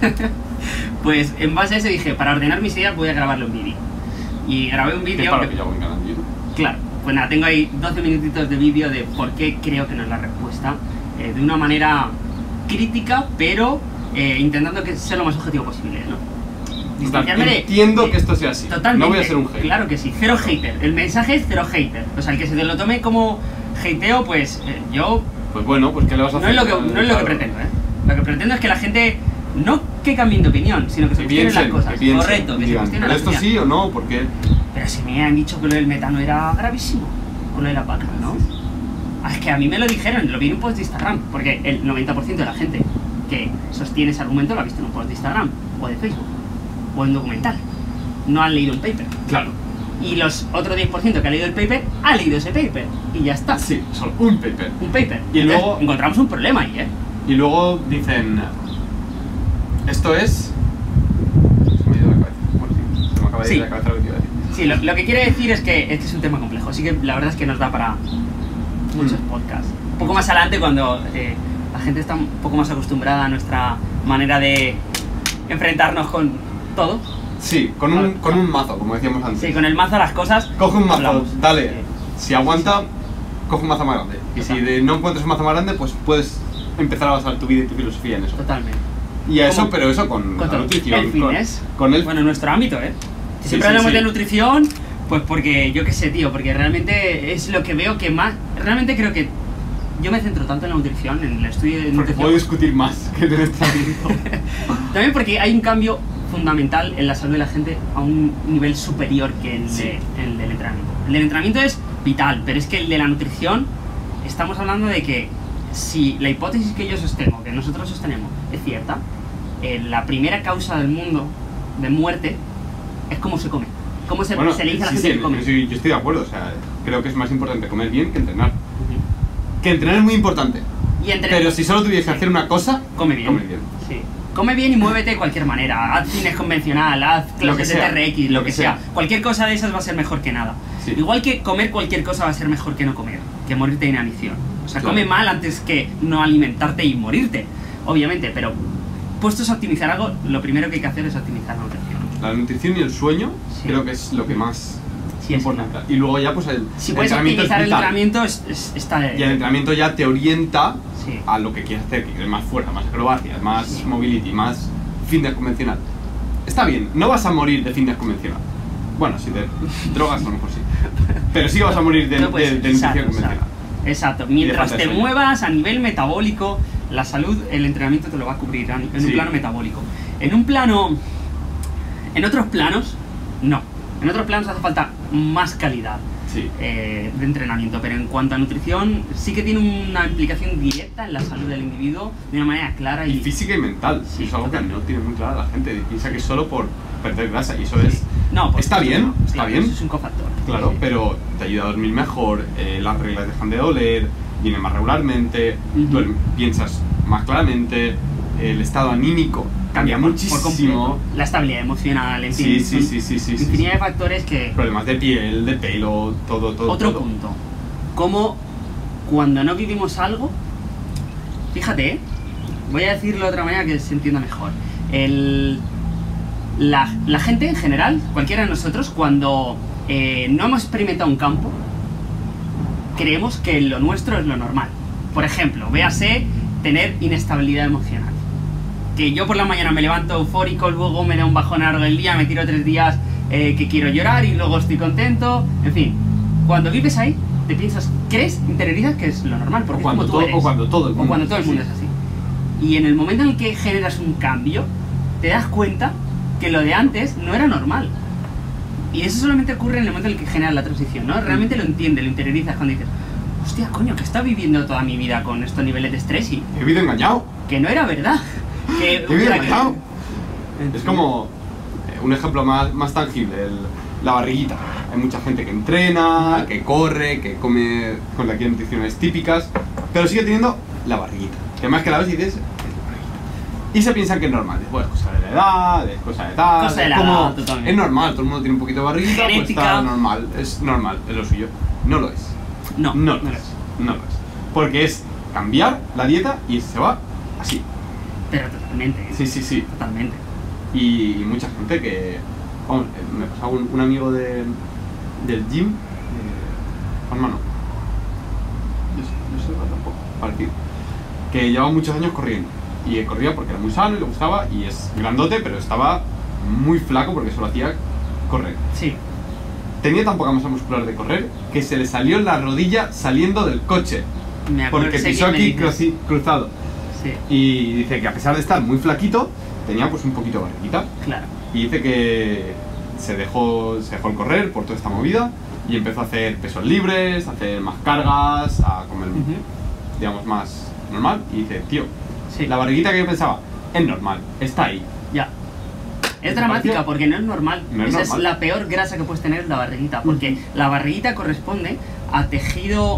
Pues en base a eso dije, para ordenar mis ideas voy a grabarlo en vídeo. Y grabé un Que es vídeo. para que- lo que yo hago en canal de YouTube. Claro, pues nada, tengo ahí doce minutitos de vídeo de por qué creo que no es la respuesta, eh, de una manera crítica, pero eh, intentando que sea lo más objetivo posible, ¿no? Distanciarme de- Entiendo de- que esto sea así. Totalmente. No voy a ser un hater. Claro que sí, cero hater. El mensaje es cero hater. O sea, el que se te lo tome como hateo, pues eh, yo Pues bueno, pues ¿qué le vas a no hacer? es lo que, no es lo que Claro. pretendo, ¿eh? Lo que pretendo es que la gente no que cambien de opinión, sino que se Que cuestionen las piensen, cosas. que piensen, Correcto, que se digan, cuestionen ¿pero las esto cosas. sí o no? Porque Pero si me han dicho que lo del metano era gravísimo, con lo de la vaca, ¿no? Ah, es que a mí me lo dijeron, lo vi en un post de Instagram, porque el noventa por ciento de la gente que sostiene ese argumento lo ha visto en un post de Instagram, o de Facebook, o en documental. no han leído un paper. Claro. Y los otros diez por ciento que ha leído el paper, ha leído ese paper. Y ya está. Sí, solo un paper. Un paper. Y Entonces, luego- encontramos un problema ahí, ¿eh? Y luego dicen, esto es... Se me ha ido la cabeza. Bueno, sí, se me acaba de ir Sí. de la cabeza lo que te iba a decir. Sí, lo, lo que quiere decir es que, es que es un tema complejo. Así que la verdad es que nos da para muchos Mm. podcasts. Un poco más adelante, cuando eh, la gente está un poco más acostumbrada a nuestra manera de enfrentarnos con todo. Sí, con un, con un mazo, como decíamos antes. Sí, con el mazo a las cosas. Coge un mazo, hablamos. dale. Sí. Si aguanta, coge un mazo más grande. Y Total. si de- no encuentras un mazo más grande, pues puedes empezar a basar tu vida y tu filosofía en eso. Totalmente. Y a eso, ¿Cómo? pero eso con, Con la todo. nutrición. El fitness. Con, con el... Bueno, en nuestro ámbito, ¿eh? Si Sí, siempre sí, hablamos sí. de nutrición, pues porque yo qué sé, tío, porque realmente es lo que veo que más. Realmente creo que yo me centro tanto en la nutrición, en el estudio de Porque nutrición. puedo discutir más que en el entrenamiento. También porque hay un cambio fundamental en la salud de la gente a un nivel superior que el, Sí. de, el del entrenamiento. El del entrenamiento es vital, pero es que el de la nutrición, estamos hablando de que si la hipótesis que yo sostengo, que nosotros sostenemos, es cierta, eh, la primera causa del mundo de muerte es cómo se come. Cómo se, Bueno, se le dice a la sí, gente sí, que come. yo, soy- yo estoy de acuerdo. O sea, creo que es más importante comer bien que entrenar. Ujú. Que entrenar es muy importante. Y entre- Pero si solo tuvieses que Sí. hacer una cosa, Come bien. come bien. Sí. Come bien y muévete de cualquier manera. Haz fitness convencional, haz Lo que clases de sea, T R X, lo, lo que que sea. sea. Cualquier cosa de esas va a ser mejor que nada. Sí. Igual que comer cualquier cosa va a ser mejor que no comer, que morirte de inanición. O sea, Claro. come mal antes que no alimentarte y morirte, obviamente, pero puestos a optimizar algo, lo primero que hay que hacer es optimizar la nutrición. La nutrición y el sueño Sí. creo que es lo que más Sí, es importante. Y luego ya pues el, Si el puedes entrenamiento es optimizar el vital. entrenamiento, es, es- está... Y el entrenamiento ya te orienta Sí. a lo que quieres hacer, que es más fuerza, más acrobacia, más Sí. mobility, más fitness convencional. Está bien, no vas a morir de fitness convencional. Bueno, si te drogas a lo mejor sí. Pero sí que vas a morir de, No de, puede de ser, nutrición exacto, convencional. exacto. Exacto. Mientras falta te de sueño. muevas a nivel metabólico, la salud, el entrenamiento te lo va a cubrir en un Sí. plano metabólico. En un plano... En otros planos, no. En otros planos hace falta más calidad Sí. eh, de entrenamiento, pero en cuanto a nutrición, sí que tiene una implicación directa en la salud del individuo de una manera clara y... Y física y mental. Sí, es algo que totalmente. no tiene muy clara la gente. Piensa que es solo por perder grasa y eso es... No, por está supuesto bien, que no. está Sí, bien. Eso es un cofactor. Claro, Sí. pero te ayuda a dormir mejor, eh, las reglas dejan de doler, vienen más regularmente, Ujú. duerm- piensas más claramente, el estado anímico cambia por- por muchísimo, completo. La estabilidad emocional, en Sí, fin. sí, son sí, sí, sí, sí, Infinidad sí. de factores que... problemas de piel, de pelo, todo, todo. Otro todo. punto. Como cuando no vivimos algo, fíjate, ¿eh? Voy a decirlo de otra manera que se entienda mejor. El, la, la gente en general, cualquiera de nosotros, cuando eh, no hemos experimentado un campo, creemos que lo nuestro es lo normal. Por ejemplo, véase tener inestabilidad emocional. Que yo por la mañana me levanto eufórico, luego me da un bajón a lo largo del día, me tiro tres días eh, que quiero llorar y luego estoy contento. En fin, cuando vives ahí, te piensas, crees, interiorizas que es lo normal, porque O cuando es como todo- tú eres. o cuando todo el O mundo cuando todo el es mundo así. es así. Y en el momento en el que generas un cambio, te das cuenta que lo de antes no era normal. Y eso solamente ocurre en el momento en el que generas la transición, ¿no? Realmente lo entiendes, lo interiorizas cuando dices, hostia, coño, que he estado viviendo toda mi vida con estos niveles de estrés y He vivido engañado, que no era verdad. Que he vivido hubiera- engañado. Es como eh, un ejemplo más, más tangible, el- la barriguita. Hay mucha gente que entrena, que corre, que come con las nutriciones típicas, pero sigue teniendo la barriguita. Que más que la ves y dices, es la barriguita. Y se piensan que es normal. Después, es cosa de la edad, es cosa de tal. Cosa de es la como- edad, totalmente. Es normal, todo el mundo tiene un poquito de barriguita, pues Genética. está normal. Es normal, es lo suyo. No lo es. No, No lo no es. lo es. No lo es. Porque es cambiar la dieta y se va así. Pero totalmente. Sí, sí, sí. Totalmente. Y mucha gente que... Vamos, eh, me pasaba un, un amigo de, del gym, eh, Juan Mano, yo, sé- yo sé tampoco, parecido, que llevaba muchos años corriendo. Y eh, corría porque era muy sano y le gustaba, y es grandote, pero estaba muy flaco porque solo hacía correr. Sí. Tenía tan poca masa muscular de correr que se le salió la rodilla saliendo del coche, Me acuerdo porque sé pisó quién me aquí dices. cruci- cruzado. Sí, Y dice que a pesar de estar muy flaquito, tenía pues un poquito de barriguita. claro. Y dice que se dejó, se dejó el correr por toda esta movida y empezó a hacer pesos libres, a hacer más cargas, a comer, Ujú. digamos, más normal. Y dice, tío, Sí. la barriguita que yo pensaba es normal, está ahí. Ya. Es dramática porque no es normal. No es Esa normal. es la peor grasa que puedes tener, la barriguita. Porque la barriguita corresponde a tejido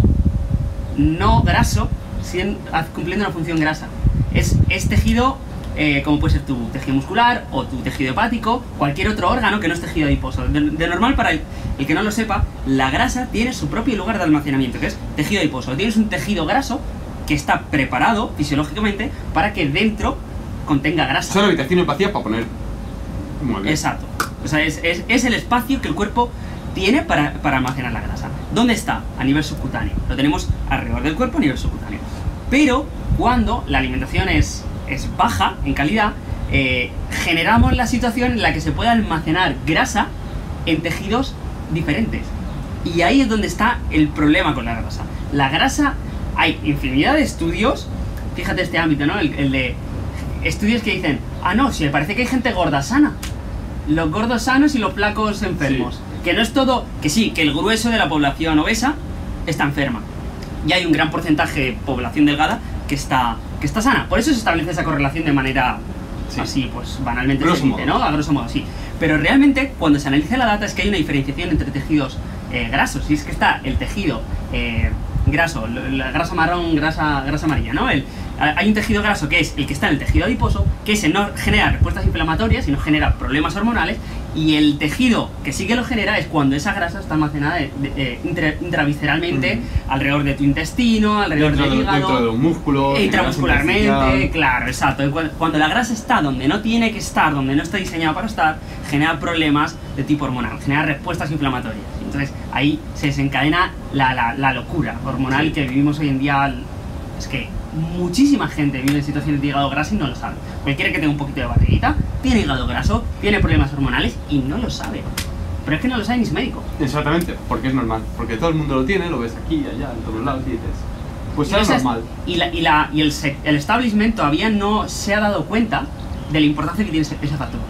no graso, sin- cumpliendo una función grasa. Es, es tejido, eh, como puede ser tu tejido muscular o tu tejido hepático, cualquier otro órgano que no es tejido adiposo. De, de normal, para el, el que no lo sepa, la grasa tiene su propio lugar de almacenamiento, que es tejido adiposo. Tienes un tejido graso que está preparado fisiológicamente para que dentro contenga grasa. Es una habitación vacía para poner muebles. Exacto. O sea, es, es, es el espacio que el cuerpo tiene para, para almacenar la grasa. ¿Dónde está? A nivel subcutáneo. Lo tenemos alrededor del cuerpo a nivel subcutáneo. Pero cuando la alimentación es, es baja en calidad, eh, generamos la situación en la que se puede almacenar grasa en tejidos diferentes. Y ahí es donde está el problema con la grasa. La grasa, hay infinidad de estudios, fíjate este ámbito, ¿no? El, el de estudios que dicen, ah, no, si me parece que hay gente gorda sana. Los gordos sanos y los flacos enfermos. Sí. Que no es todo, que sí, que el grueso de la población obesa está enferma. Y hay un gran porcentaje de población delgada que está, que está sana. Por eso se establece esa correlación de manera Sí. así, pues banalmente Grosso se dice, modo. ¿no? A grosso modo, sí. Pero realmente, cuando se analiza la data, es que hay una diferenciación entre tejidos eh, grasos. Y es que está el tejido eh, graso, la grasa marrón, grasa, grasa amarilla, ¿no? El, hay un tejido graso que es el que está en el tejido adiposo, que ese no genera respuestas inflamatorias, sino genera problemas hormonales, y el tejido que sí que lo genera es cuando esa grasa está almacenada de- de- eh, intra- intravisceralmente Ujú. alrededor de tu intestino, alrededor Dentro, del de, hígado, dentro de los músculos. e intramuscularmente, intersticial. claro, exacto. Y cu- Cuando la grasa está donde no tiene que estar, donde no está diseñada para estar, genera problemas de tipo hormonal, genera respuestas inflamatorias. Entonces ahí se desencadena la, la, la locura hormonal Sí. que vivimos hoy en día. Es que muchísima gente vive en situaciones de hígado graso y no lo sabe. Cualquiera que tenga un poquito de barriguita tiene hígado graso, tiene problemas hormonales y no lo sabe. Pero es que no lo sabe ni su médico. Exactamente, porque es normal. Porque todo el mundo lo tiene, lo ves aquí y allá, en todos lados y dices, pues Y, no es se- normal. y, la, y, la, y el, sec- el establishment todavía no se ha dado cuenta de la importancia que tiene ese, ese factor.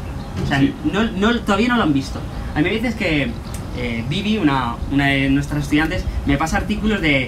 O sea, Sí. no, no, todavía no lo han visto. A mí hay veces que eh, Vivi, una, una de nuestras estudiantes, me pasa artículos de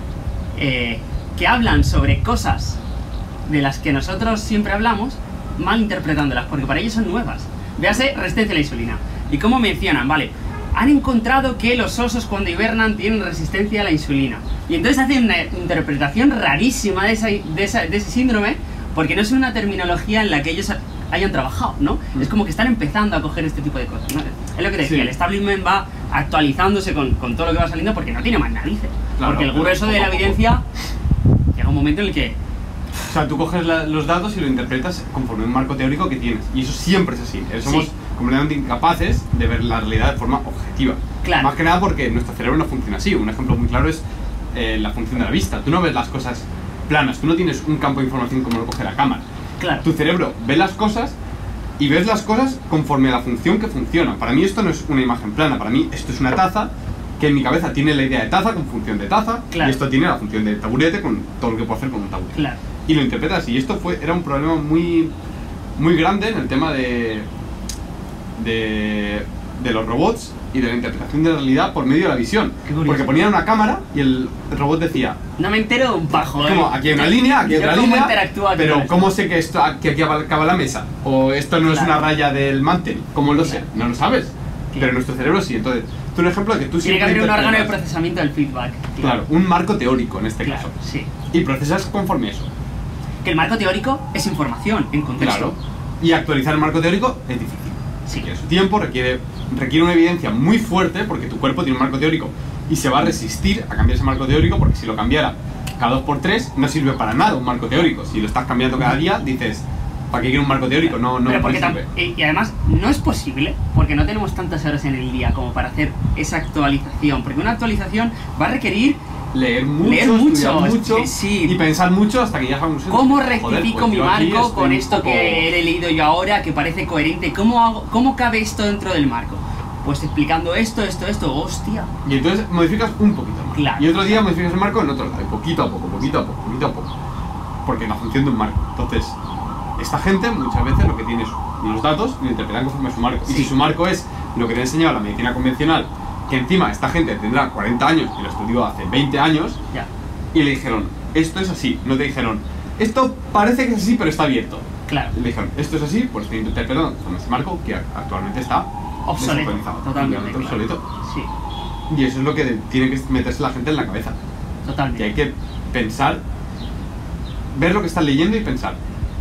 eh, que hablan sobre cosas de las que nosotros siempre hablamos, mal interpretándolas, porque para ellos son nuevas. Véase resistencia a la insulina. Y cómo mencionan, vale, han encontrado que los osos cuando hibernan tienen resistencia a la insulina. Y entonces hacen una interpretación rarísima de, esa, de, esa, de ese síndrome, porque no es una terminología en la que ellos hayan trabajado, ¿no? Mm. Es como que están empezando a coger este tipo de cosas, ¿no? Es lo que te decía, Sí. el establishment va actualizándose con, con todo lo que va saliendo porque no tiene más narices. Claro, porque el pero grueso de poco la a poco. evidencia llega un momento en el que O sea, tú coges la- los datos y lo interpretas conforme un marco teórico que tienes. Y eso siempre es así. Eh, Somos Sí. completamente incapaces de ver la realidad de forma objetiva. Claro. Más que nada porque nuestro cerebro no funciona así. Un ejemplo muy claro es eh, la función de la vista. Tú no ves las cosas planas, tú no tienes un campo de información como lo coge la cámara. claro, Tu cerebro ve las cosas y ves las cosas conforme a la función que funciona. Para mí esto no es una imagen plana, para mí esto es una taza que en mi cabeza tiene la idea de taza con función de taza, Claro. y esto tiene la función de taburete con todo lo que puedo hacer con un taburete. claro. Y lo interpretas, y esto fue, era un problema muy, muy grande en el tema de, de, de los robots y de la interpretación de la realidad por medio de la visión. Qué curioso. Porque ponían una cámara y el robot decía, No me entero de un pajo, ¿eh? como aquí hay una línea, aquí hay Yo otra cómo línea, interactúo aquí pero con esto. ¿cómo sé que esto que aquí acaba la mesa? O esto no es Claro. una raya del mantel, ¿cómo lo sé? Claro. No lo sabes, Claro. pero nuestro cerebro sí. Entonces, tú un ejemplo de que tú Tiene que siempre haber un órgano de interpretas- procesamiento del feedback. Claro, un marco teórico en este Claro, caso. sí. Y procesas conforme eso. Que el marco teórico es información en contexto. Claro. Y actualizar el marco teórico es difícil. Sí. Requiere su tiempo, requiere, requiere una evidencia muy fuerte porque tu cuerpo tiene un marco teórico y se va a resistir a cambiar ese marco teórico, porque si lo cambiara cada dos por tres no sirve para nada un marco teórico. Si lo estás cambiando cada día, dices, ¿para qué quiero un marco teórico? No, no Pero me porque sirve. tam- y, y además no es posible, porque no tenemos tantas horas en el día como para hacer esa actualización. Porque una actualización va a requerir Leer mucho, Leer estudiar mucho, mucho sí, sí. y pensar mucho hasta que ya hagamos cómo Joder, rectifico pues mi yo aquí marco estoy con un esto poco- que he leído yo ahora, que parece coherente. ¿Cómo, hago, ¿Cómo cabe esto dentro del marco? Pues explicando esto, esto, esto. Hostia. Y entonces modificas un poquito más. Claro. Y otro día modificas el marco en otro lado, y poquito a poco, poquito a poco, poquito a poco. Porque la función de un marco. Entonces, esta gente muchas veces lo que tiene es los datos y lo interpretan conforme a su marco. Y Sí. si su marco es lo que te ha enseñado la medicina convencional, que encima esta gente tendrá cuarenta años y lo estudió hace veinte años, Ya. y le dijeron, esto es así, no te dijeron, esto parece que es así pero está abierto. Claro. Y le dijeron, esto es así, pues te interpreto con este marco que actualmente está Obsoleto, desactualizado, totalmente, completamente claro. obsoleto. Sí, Y eso es lo que tiene que meterse la gente en la cabeza. Que totalmente. hay que pensar, ver lo que están leyendo y pensar,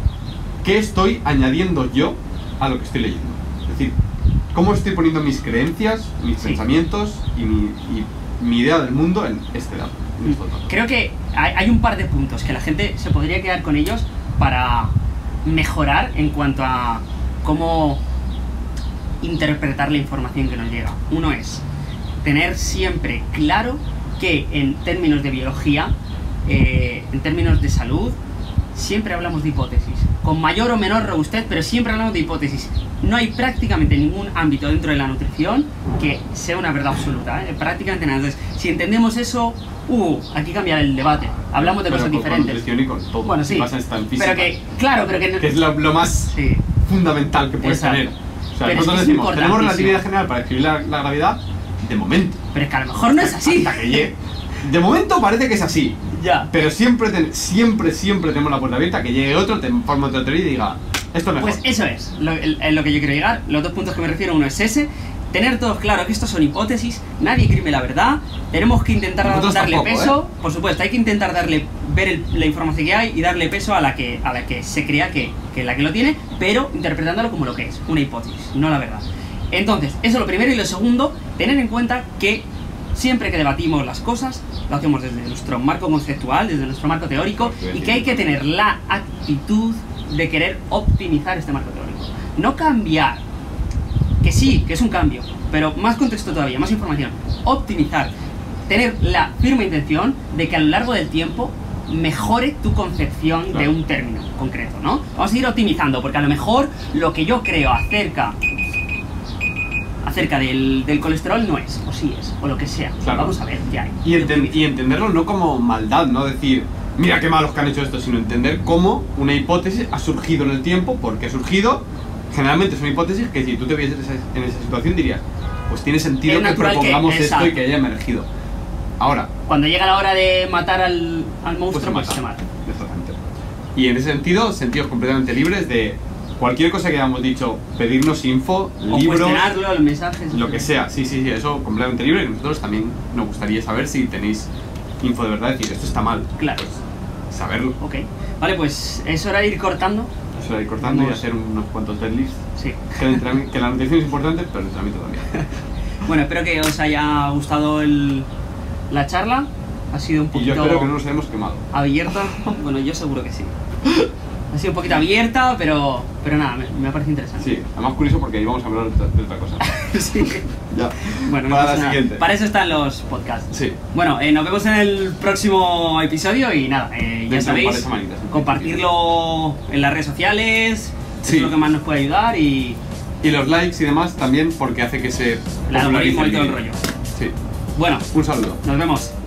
¿qué estoy añadiendo yo a lo que estoy leyendo? Es decir, ¿cómo estoy poniendo mis creencias, mis Sí. pensamientos y mi, y mi idea del mundo en este dato? En estos datos? Creo que hay, hay un par de puntos que la gente se podría quedar con ellos para mejorar en cuanto a cómo interpretar la información que nos llega. Uno es tener siempre claro que en términos de biología, eh, en términos de salud, siempre hablamos de hipótesis, con mayor o menor robustez, pero siempre hablamos de hipótesis. No hay prácticamente ningún ámbito dentro de la nutrición que sea una verdad absoluta, ¿eh? Prácticamente nada. Entonces, si entendemos eso, uh, aquí cambia el debate. Hablamos de Pero cosas con, diferentes. Con nutrición y con todo. Bueno, Si sí, pasa hasta en física, pero que, claro, pero que... que es lo, lo más Sí, fundamental que puedes Exacto. tener. O sea, Pero es nosotros que es decimos, tenemos importantísimo. relatividad general para describir la, la gravedad, de momento. pero es que a lo mejor no es así. Hasta que llegue. De momento parece que es así. Ya. Pero siempre, ten- siempre, siempre tenemos la puerta abierta, que llegue otro, te forma otra teoría y diga, esto es mejor. Pues eso es lo, el- en lo que yo quiero llegar. Los dos puntos que me refiero, uno es ese. Tener todos claro que estos son hipótesis, nadie crime la verdad, tenemos que intentar Nosotros darle tampoco, peso, por supuesto, hay que intentar darle, ver el- la información que hay y darle peso a la que, a la que se crea que, que la que lo tiene, pero interpretándolo como lo que es, una hipótesis, no la verdad. Entonces, eso es lo primero. Y lo segundo, tener en cuenta que siempre que debatimos las cosas, lo hacemos desde nuestro marco conceptual, desde nuestro marco teórico, y que hay que tener la actitud de querer optimizar este marco teórico. No cambiar, que sí, que es un cambio, pero más contexto todavía, más información. Optimizar, tener la firme intención de que a lo largo del tiempo mejore tu concepción de Claro. un término concreto, ¿no? Vamos a ir optimizando, porque a lo mejor lo que yo creo acerca acerca del, del colesterol no es, o sí es, o lo que sea. Claro. Vamos a ver qué hay. Y, enten- y entenderlo no como maldad, no decir, mira qué malos que han hecho esto, sino entender cómo una hipótesis ha surgido en el tiempo, porque ha surgido, generalmente es una hipótesis que si tú te vieses en esa, en esa situación dirías, pues tiene sentido Es que natural que- propongamos esto y exacto. que haya emergido. Ahora, Cuando llega la hora de matar al, al pues monstruo, se pues mata. se mata. Exactamente. Y en ese sentido, sentidos completamente libres de cualquier cosa que hayamos dicho, pedirnos info, O libros, cuestionarlo, los mensajes. lo que sea. Sí, sí, sí, eso completamente libre. Y nosotros también nos gustaría saber si tenéis info de verdad, decir, esto está mal. Claro. Pues, saberlo. Ok. Vale, pues es hora de ir cortando. Eso de ir cortando y Vamos. hacer unos cuantos deadlifts. Sí. Que, el entrenamiento- que la nutrición es importante, pero el entrenamiento también. Bueno, espero que os haya gustado el, la charla. Ha sido un Y yo poquito espero que no nos hayamos quemado. abierta. Bueno, yo seguro que sí. Ha sido un poquito abierta, pero, pero nada, me, me parece interesante. Sí, además curioso porque íbamos a hablar de otra, de otra cosa. Sí. Ya. Bueno, no Para pasa la nada. siguiente. Para eso están los podcasts. Sí. Bueno, eh, nos vemos en el próximo episodio y nada, eh, ya Dentro de un par sabéis, de semanitas. compartirlo en las redes sociales, Sí. es lo que más nos puede ayudar y Y los likes y demás también porque hace que se el algoritmo y todo el popularice rollo. Sí. Bueno, Un saludo. nos vemos.